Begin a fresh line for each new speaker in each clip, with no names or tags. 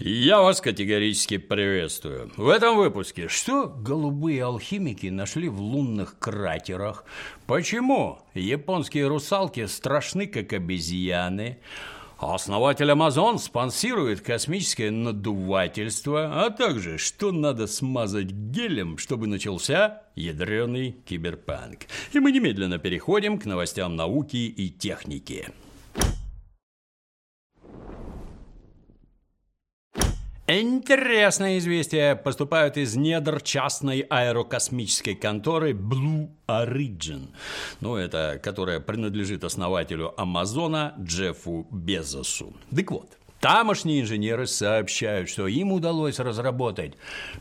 Я вас категорически приветствую. В этом выпуске что голубые алхимики нашли в лунных кратерах? Почему японские русалки страшны, как обезьяны? Основатель Amazon спонсирует космическое надувательство, а также что надо смазать гелем, чтобы начался ядреный киберпанк. И мы немедленно переходим к новостям науки и техники. Интересные известия поступают из недр частной аэрокосмической конторы Blue Origin. Это которая принадлежит основателю Амазона Джеффу Безосу. Так вот, тамошние инженеры сообщают, что им удалось разработать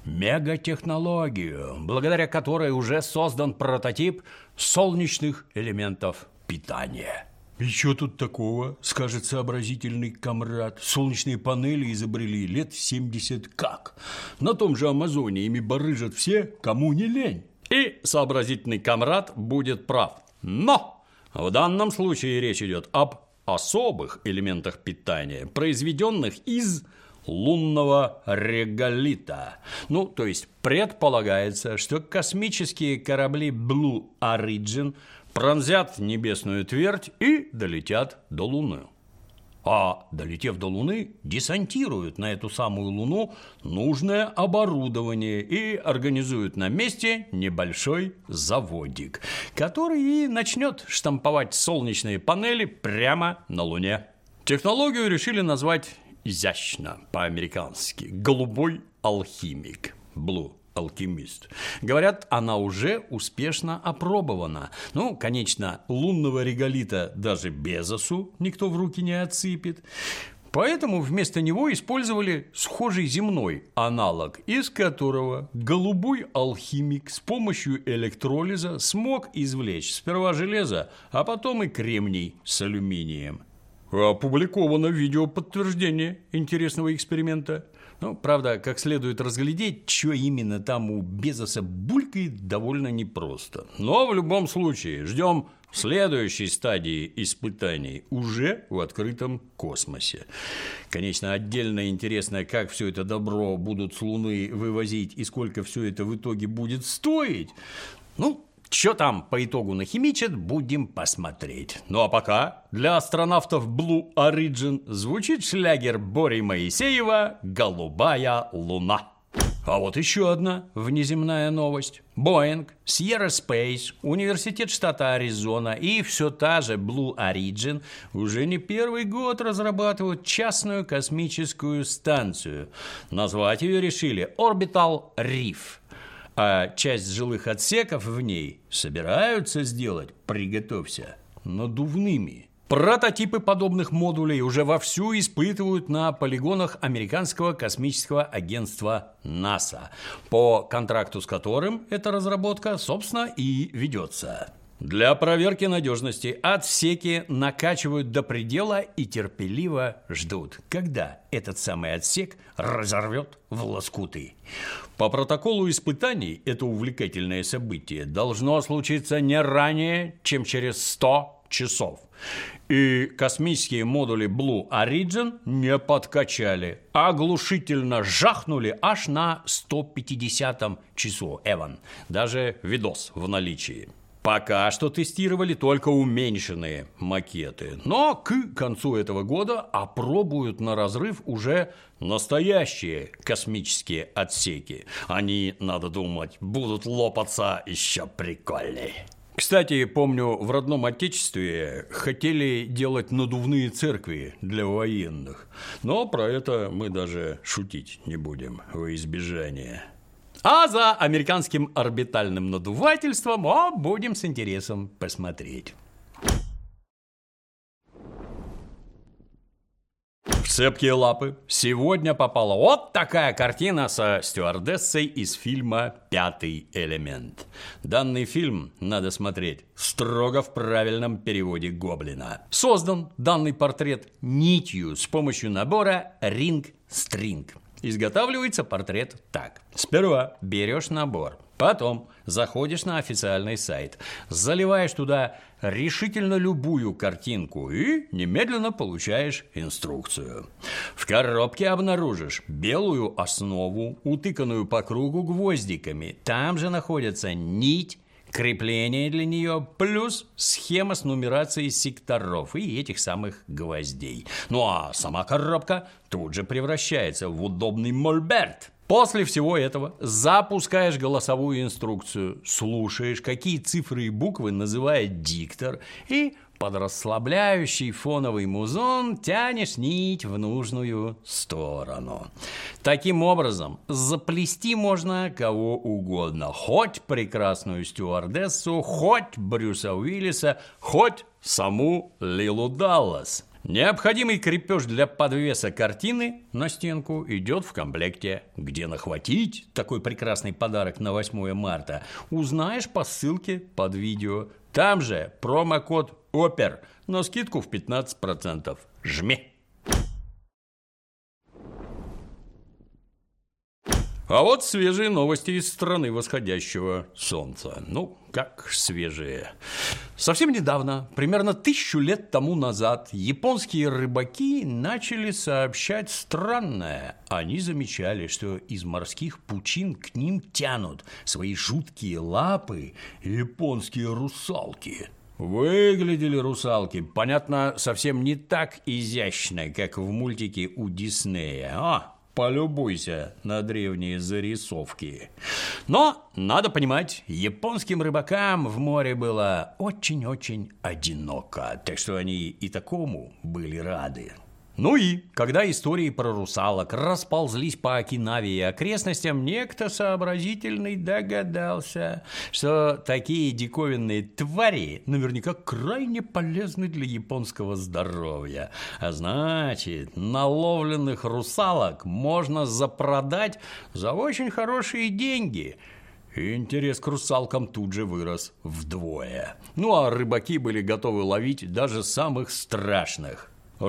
мегатехнологию, благодаря которой уже создан прототип солнечных элементов питания. «И что тут такого?» – скажет сообразительный комрад. «Солнечные панели изобрели лет 70 как. На том же Амазоне ими барыжат все, кому не лень». И сообразительный комрад будет прав. Но в данном случае речь идет об особых элементах питания, произведенных из лунного реголита. То есть предполагается, что космические корабли Blue Origin пронзят небесную твердь и долетят до Луны. А долетев до Луны, десантируют на эту самую Луну нужное оборудование и организуют на месте небольшой заводик, который и начнет штамповать солнечные панели прямо на Луне. Технологию решили назвать изящно, по-американски, «голубой алхимик» – Blue алхимист. Говорят, она уже успешно опробована. Конечно, лунного реголита даже Безосу никто в руки не отсыпет. Поэтому вместо него использовали схожий земной аналог, из которого голубой алхимик с помощью электролиза смог извлечь сперва железо, а потом и кремний с алюминием. Опубликовано видео подтверждение интересного эксперимента. Правда, как следует разглядеть, что именно там у Безоса булькает, довольно непросто. Но в любом случае ждем следующей стадии испытаний уже в открытом космосе. Конечно, отдельно интересно, как все это добро будут с Луны вывозить и сколько все это в итоге будет стоить. Что там по итогу нахимичат, будем посмотреть. А пока для астронавтов Blue Origin звучит шлягер Бори Моисеева «Голубая луна». А вот еще одна внеземная новость. Boeing, Sierra Space, Университет штата Аризона и все та же Blue Origin уже не первый год разрабатывают частную космическую станцию. Назвать ее решили Orbital Reef. А часть жилых отсеков в ней собираются сделать, приготовься, надувными. Прототипы подобных модулей уже вовсю испытывают на полигонах американского космического агентства НАСА, по контракту с которым эта разработка, собственно, и ведется. Для проверки надежности отсеки накачивают до предела и терпеливо ждут, когда этот самый отсек разорвет в лоскуты. По протоколу испытаний это увлекательное событие должно случиться не ранее, чем через 100 часов. И космические модули Blue Origin не подкачали, а оглушительно жахнули аж на 150-м часу. Даже видос в наличии. Пока что тестировали только уменьшенные макеты, но к концу этого года опробуют на разрыв уже настоящие космические отсеки. Они, надо думать, будут лопаться еще прикольней. Кстати, помню, в родном отечестве хотели делать надувные церкви для военных, но про это мы даже шутить не будем во избежание. А за американским орбитальным надувательством будем с интересом посмотреть. В цепкие лапы сегодня попала вот такая картина со стюардессой из фильма «Пятый элемент». Данный фильм надо смотреть строго в правильном переводе Гоблина. Создан данный портрет нитью с помощью набора Ring String. Изготавливается портрет так. Сперва берешь набор, Потом заходишь на официальный сайт, заливаешь туда решительно любую картинку и немедленно получаешь инструкцию. В коробке обнаружишь белую основу, утыканную по кругу гвоздиками. Там же находится нить, крепление для нее, плюс схема с нумерацией секторов и этих самых гвоздей. Ну а сама коробка тут же превращается в удобный мольберт. После всего этого запускаешь голосовую инструкцию, слушаешь, какие цифры и буквы называет диктор, и под расслабляющий фоновый музон тянешь нить в нужную сторону. Таким образом, заплести можно кого угодно, хоть прекрасную стюардессу, хоть Брюса Уиллиса, хоть саму Лилу Даллас. Необходимый крепеж для подвеса картины на стенку идет в комплекте. Где нахватить такой прекрасный подарок на 8 марта, узнаешь по ссылке под видео. Там же промокод ОПЕР на скидку в 15%. Жми! А вот свежие новости из страны восходящего солнца. Ну, как свежие. Совсем недавно, примерно 1000 лет тому назад, японские рыбаки начали сообщать странное. Они замечали, что из морских пучин к ним тянут свои жуткие лапы японские русалки. Выглядели русалки, понятно, совсем не так изящно, как в мультике у Диснея. Полюбуйся на древние зарисовки. Но, надо понимать, японским рыбакам в море было очень-очень одиноко, так что они и такому были рады. Ну и, когда истории про русалок расползлись по Окинаве и окрестностям, некто сообразительный догадался, что такие диковинные твари наверняка крайне полезны для японского здоровья. А значит, наловленных русалок можно запродать за очень хорошие деньги. И интерес к русалкам тут же вырос вдвое. Ну а рыбаки были готовы ловить даже самых страшных.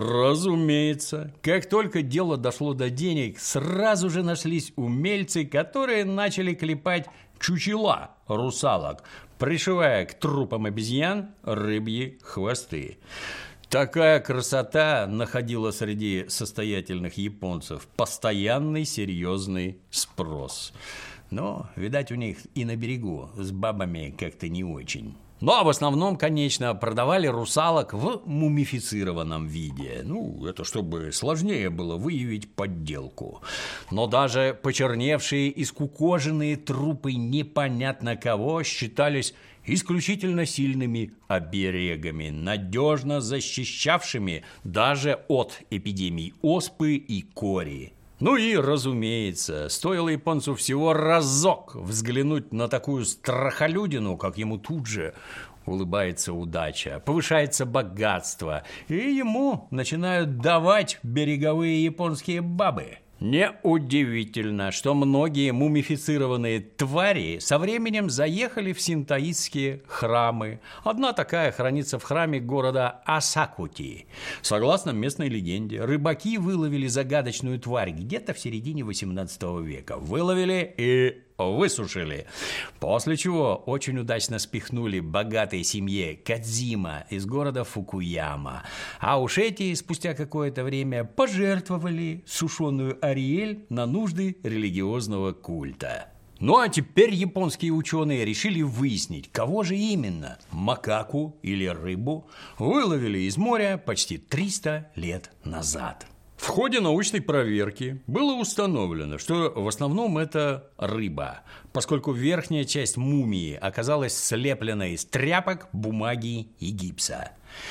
Разумеется, как только дело дошло до денег, сразу же нашлись умельцы, которые начали клепать чучела русалок, пришивая к трупам обезьян рыбьи хвосты. Такая красота находила среди состоятельных японцев постоянный серьезный спрос. Но, видать, у них и на берегу с бабами как-то не очень. Ну, а в основном, конечно, продавали русалок в мумифицированном виде. Ну, это чтобы сложнее было выявить подделку. Но даже почерневшие и скукоженные трупы непонятно кого считались исключительно сильными оберегами, надежно защищавшими даже от эпидемий оспы и кори. Ну и, разумеется, стоило японцу всего разок взглянуть на такую страхолюдину, как ему тут же улыбается удача, повышается богатство, и ему начинают давать береговые японские бабы. Неудивительно, что многие мумифицированные твари со временем заехали в синтоистские храмы. Одна такая хранится в храме города Асакути. Согласно местной легенде, рыбаки выловили загадочную тварь где-то в середине 18 века. Выловили и высушили. После чего очень удачно спихнули богатой семье Кадзима из города Фукуяма. А уж эти спустя какое-то время пожертвовали сушеную Ариэль на нужды религиозного культа. Ну а теперь японские ученые решили выяснить, кого же именно, макаку или рыбу, выловили из моря почти 300 лет назад. В ходе научной проверки было установлено, что в основном это рыба, поскольку верхняя часть мумии оказалась слеплена из тряпок, бумаги и гипса.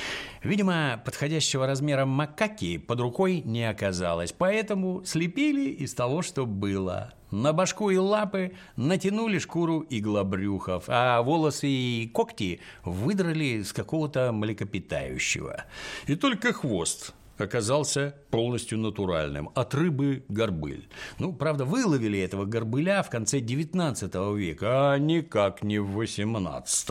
Видимо, подходящего размера макаки под рукой не оказалось, поэтому слепили из того, что было. На башку и лапы натянули шкуру иглобрюхов, а волосы и когти выдрали с какого-то млекопитающего. И только хвост оказался полностью натуральным, от рыбы горбыль. Ну, правда, выловили этого горбыля в конце 19 века, а никак не в 18.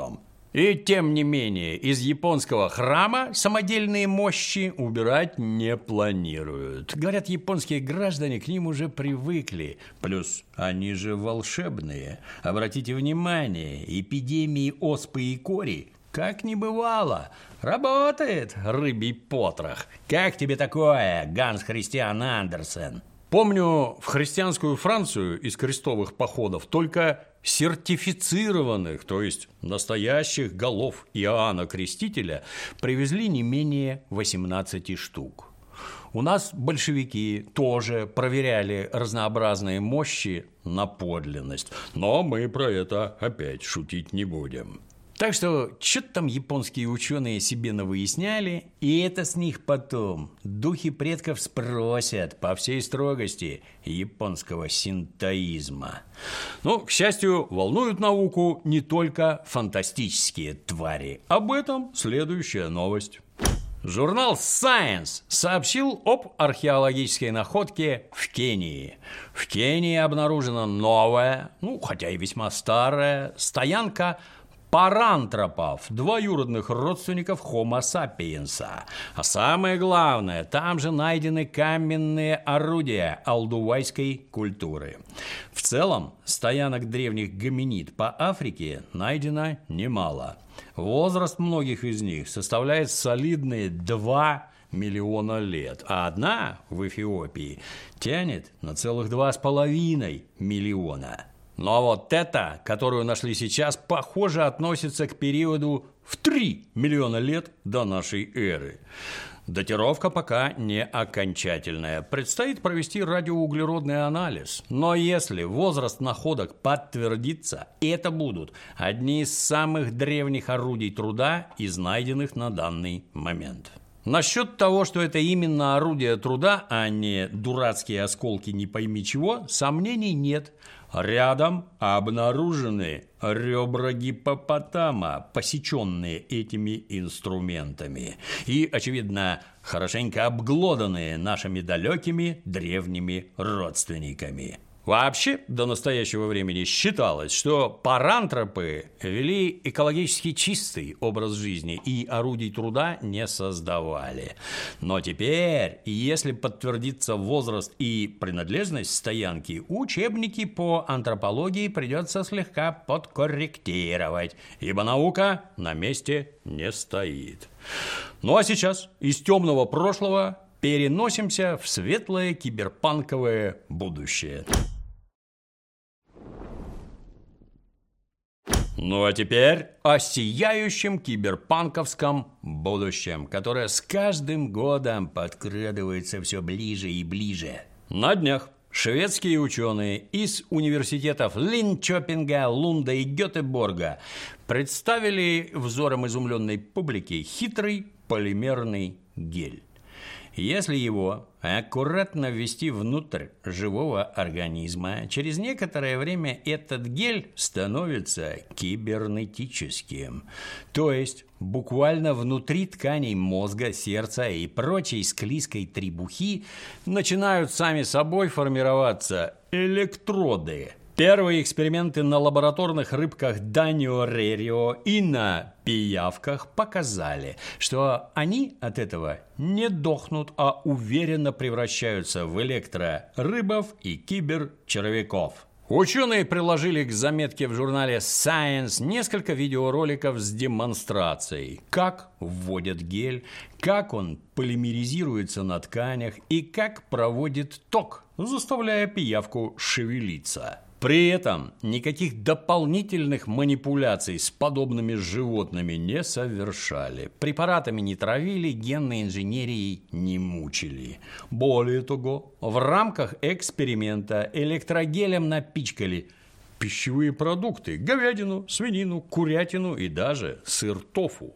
И тем не менее, из японского храма самодельные мощи убирать не планируют. Говорят, японские граждане к ним уже привыкли. Плюс они же волшебные. Обратите внимание, эпидемии оспы и кори как не бывало. Работает рыбий потрох. Как тебе такое, Ганс Христиан Андерсен? Помню, в христианскую Францию из крестовых походов только сертифицированных, то есть настоящих голов Иоанна Крестителя, привезли не менее 18 штук. У нас большевики тоже проверяли разнообразные мощи на подлинность, но мы про это опять шутить не будем. Так что, что-то там японские ученые себе навыясняли, и это с них потом духи предков спросят по всей строгости японского синтоизма. Но, к счастью, волнуют науку не только фантастические твари. Об этом следующая новость. Журнал Science сообщил об археологической находке в Кении. В Кении обнаружена новая, хотя и весьма старая, стоянка парантропов, двоюродных родственников Homo sapiens. А самое главное, там же найдены каменные орудия олдувайской культуры. В целом, стоянок древних гоминид по Африке найдено немало. Возраст многих из них составляет солидные 2 миллиона лет, а одна в Эфиопии тянет на целых 2,5 миллиона. Но вот эта, которую нашли сейчас, похоже, относится к периоду в 3 миллиона лет до нашей эры. Датировка пока не окончательная. Предстоит провести радиоуглеродный анализ. Но если возраст находок подтвердится, это будут одни из самых древних орудий труда из найденных на данный момент. Насчет того, что это именно орудие труда, а не дурацкие осколки не пойми чего, сомнений нет. Рядом обнаружены ребра гиппопотама, посеченные этими инструментами. И, очевидно, хорошенько обглоданные нашими далекими древними родственниками. Вообще, до настоящего времени считалось, что парантропы вели экологически чистый образ жизни и орудий труда не создавали. Но теперь, если подтвердится возраст и принадлежность стоянки, учебники по антропологии придется слегка подкорректировать, ибо наука на месте не стоит. Ну а сейчас из темного прошлого переносимся в светлое киберпанковое будущее. Ну а теперь о сияющем киберпанковском будущем, которое с каждым годом подкрадывается все ближе и ближе. На днях шведские ученые из университетов Линчопинга, Лунда и Гетеборга представили взором изумленной публики хитрый полимерный гель. Если его аккуратно ввести внутрь живого организма, через некоторое время этот гель становится кибернетическим. То есть буквально внутри тканей мозга, сердца и прочей склизкой требухи начинают сами собой формироваться электроды. Первые эксперименты на лабораторных рыбках Данио Рерио и на пиявках показали, что они от этого не дохнут, а уверенно превращаются в электрорыбов и киберчеловеков. Ученые приложили к заметке в журнале Science несколько видеороликов с демонстрацией, как вводят гель, как он полимеризируется на тканях и как проводит ток, заставляя пиявку шевелиться. При этом никаких дополнительных манипуляций с подобными животными не совершали. Препаратами не травили, генной инженерией не мучили. Более того, в рамках эксперимента электрогелем напичкали пищевые продукты: говядину, свинину, курятину и даже сыр тофу.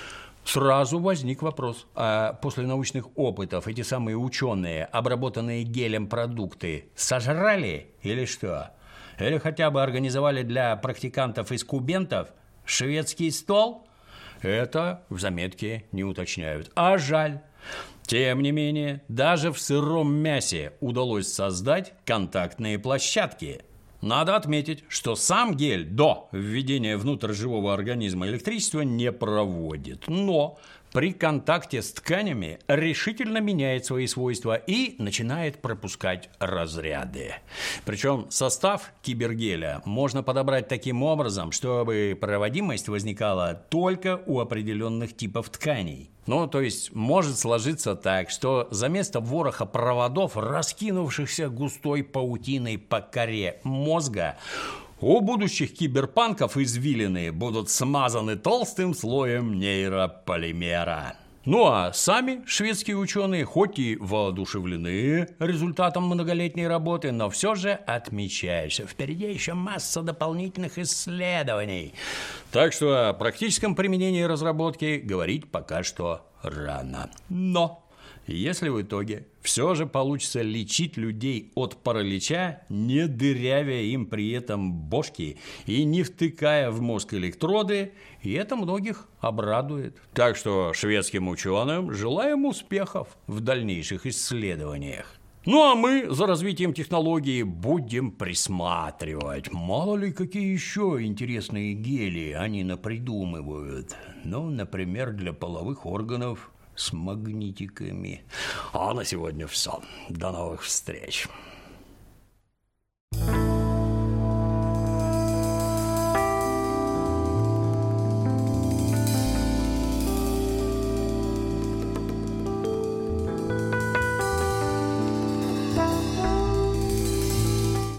Сразу возник вопрос, а после научных опытов эти самые ученые обработанные гелем продукты сожрали или что? Или хотя бы организовали для практикантов и скубентов шведский стол? Это в заметке не уточняют. А жаль. Тем не менее, даже в сыром мясе удалось создать контактные площадки. Надо отметить, что сам гель до введения внутрь живого организма электричества не проводит, но при контакте с тканями решительно меняет свои свойства и начинает пропускать разряды. Причем состав кибергеля можно подобрать таким образом, чтобы проводимость возникала только у определенных типов тканей. Ну, то есть может сложиться так, что за место вороха проводов, раскинувшихся густой паутиной по коре мозга, у будущих киберпанков извилины будут смазаны толстым слоем нейрополимера. Ну а сами шведские ученые, хоть и воодушевлены результатом многолетней работы, но все же отмечают, что впереди еще масса дополнительных исследований. Так что о практическом применении разработки говорить пока что рано. Но если в итоге все же получится лечить людей от паралича, не дырявя им при этом бошки и не втыкая в мозг электроды, и это многих обрадует. Так что шведским ученым желаем успехов в дальнейших исследованиях. Ну а мы за развитием технологии будем присматривать. Мало ли какие еще интересные гели они напридумывают. Ну, например, для половых органов с магнитиками. А на сегодня все. До новых встреч.